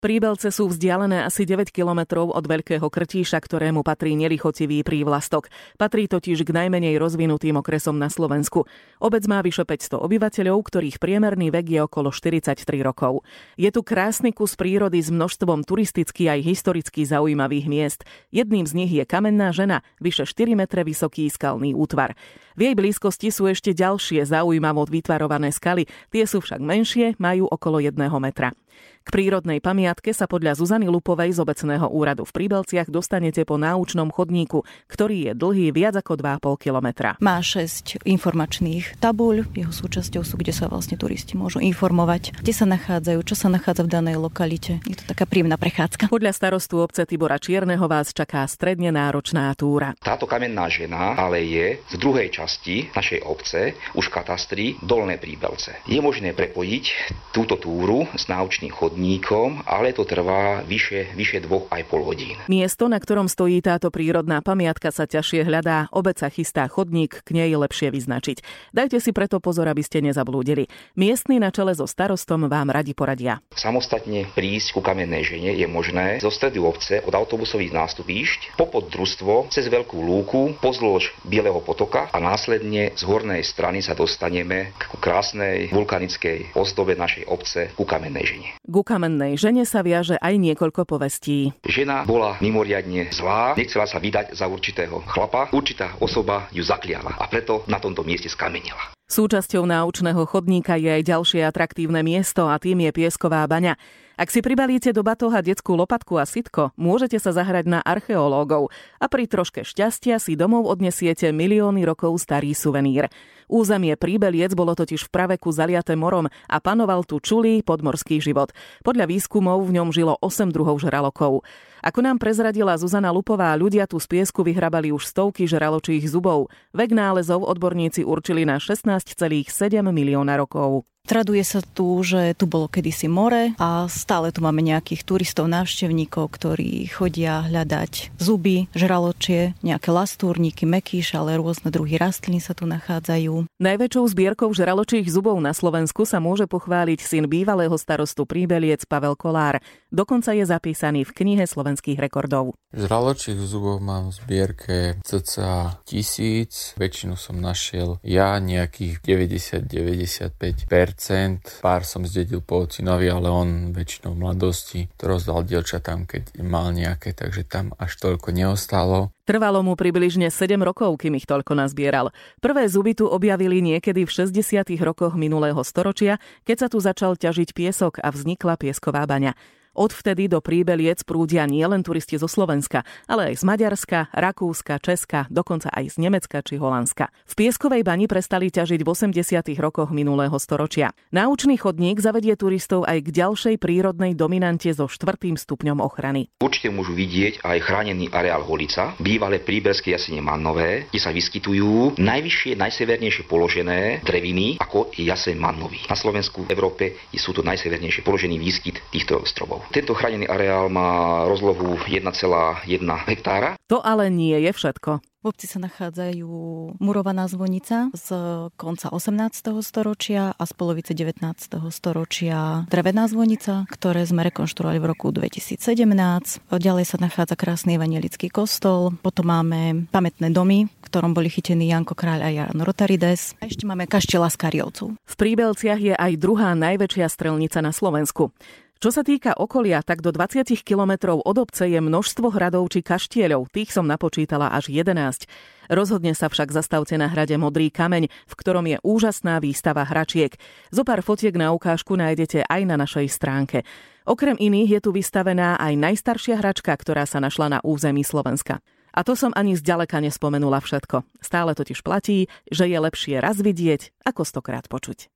Príbelce sú vzdialené asi 9 kilometrov od Veľkého Krtíša, ktorému patrí nelichotivý prívlastok. Patrí totiž k najmenej rozvinutým okresom na Slovensku. Obec má vyše 500 obyvateľov, ktorých priemerný vek je okolo 43 rokov. Je tu krásny kus prírody s množstvom turisticky aj historicky zaujímavých miest. Jedným z nich je Kamenná žena, vyše 4 metre vysoký skalný útvar. V jej blízkosti sú ešte ďalšie zaujímavo vytvarované skaly, tie sú však menšie, majú okolo 1 metra. K prírodnej pamiatke sa podľa Zuzany Lupovej z obecného úradu v Príbelciach dostanete po náučnom chodníku, ktorý je dlhý viac ako 2,5 kilometra. Má 6 informačných tabuľ, jeho súčasťou sú, kde sa vlastne turisti môžu informovať, kde sa nachádzajú, čo sa nachádza v danej lokalite. Je to taká príjemná prechádzka. Podľa starostu obce Tibora Čierneho vás čaká stredne náročná túra. Táto Kamenná žena ale je z druhej časti našej obce, už katastri Dolné Príbelce. Je možné prepojiť túto túru s náučným chodníkom, ale to trvá vyše 2,5 hodín. Miesto, na ktorom stojí táto prírodná pamiatka, sa ťažšie hľadá. Obec sa chystá chodník k nej lepšie vyznačiť. Dajte si preto pozor, aby ste nezablúdili. Miestni na čele so starostom vám radi poradia. Samostatne prísť ku Kamennej žene je možné zo stredu obce od autobusových nástupišť popod družstvo cez Veľkú lúku pozdĺž Bieleho potoka a následne z hornej strany sa dostaneme k krásnej vulkanickej ozdobe našej obce ku Kamennej žene. Ku Kamennej žene sa viaže aj niekoľko povestí. Žena bola mimoriadne zlá, nechcela sa vydať za určitého chlapa. Určitá osoba ju zakliala a preto na tomto mieste skamenila. Súčasťou náučného chodníka je aj ďalšie atraktívne miesto a tým je Piesková baňa. Ak si pribalíte do batoha detskú lopatku a sitko, môžete sa zahrať na archeológov a pri troške šťastia si domov odnesiete milióny rokov starý suvenír. Územie Príbeliec bolo totiž v praveku zaliaté morom a panoval tu čulý podmorský život. Podľa výskumov v ňom žilo 8 druhov žralokov. Ako nám prezradila Zuzana Lupová, ľudia tu z piesku vyhrabali už stovky žraločích zubov. Vek nálezov odborníci určili na 16,7 milióna rokov. Traduje sa tu, že tu bolo kedysi more a stále tu máme nejakých turistov, návštevníkov, ktorí chodia hľadať zuby, žraločie, nejaké lastúrniky, mekýš, ale rôzne druhy rastlín sa tu nachádzajú. Najväčšou zbierkou žraločích zubov na Slovensku sa môže pochváliť syn bývalého starostu Príbeliec Pavel Kolár. Dokonca je zapísaný v knihe slovenských rekordov. Žraločích zubov mám v zbierke cca 1000, väčšinu som našiel ja, nejakých 90-95%. Pár som zdedil po ocinovi, ale on väčšinou v mladosti to rozdal dievčatám, keď mal nejaké, takže tam až toľko neostalo. Trvalo mu približne 7 rokov, kým ich toľko nazbieral. Prvé zuby tu objavili niekedy v 60. rokoch minulého storočia, keď sa tu začal ťažiť piesok a vznikla Piesková baňa. Odvtedy do Príbeliec prúdia nielen turisti zo Slovenska, ale aj z Maďarska, Rakúska, Česka, dokonca aj z Nemecka či Holandska. V Pieskovej bani prestali ťažiť v 80. rokoch minulého storočia. Náučný chodník zavedie turistov aj k ďalšej prírodnej dominante so 4. stupňom ochrany. Určite môžu vidieť aj chránený areál Holica, bývalé príberské jasene Mannové, kde sa vyskytujú najvyššie, najsevernejšie položené dreviny, ako je jaseň Mannový. Na Slovensku, v Európe sú to najsevernejšie položený výskyt týchto stromov. Tento chránený areál má rozlohu 1,1 hektára. To ale nie je všetko. V obci sa nachádzajú murovaná zvonica z konca 18. storočia a z polovice 19. storočia drevená zvonica, ktoré sme rekonštruovali v roku 2017. Ďalej sa nachádza krásny evanjelický kostol. Potom máme pamätné domy, v ktorom boli chytení Janko Kráľ a Jan Rotarides. A ešte máme kašteľ Laskariovcov. V Príbelciach je aj druhá najväčšia strelnica na Slovensku. Čo sa týka okolia, tak do 20 kilometrov od obce je množstvo hradov či kaštieľov. Tých som napočítala až 11. Rozhodne sa však zastavte na hrade Modrý kameň, v ktorom je úžasná výstava hračiek. Zopár fotiek na ukážku nájdete aj na našej stránke. Okrem iných je tu vystavená aj najstaršia hračka, ktorá sa našla na území Slovenska. A to som ani zďaleka nespomenula všetko. Stále totiž platí, že je lepšie raz vidieť, ako 100-krát počuť.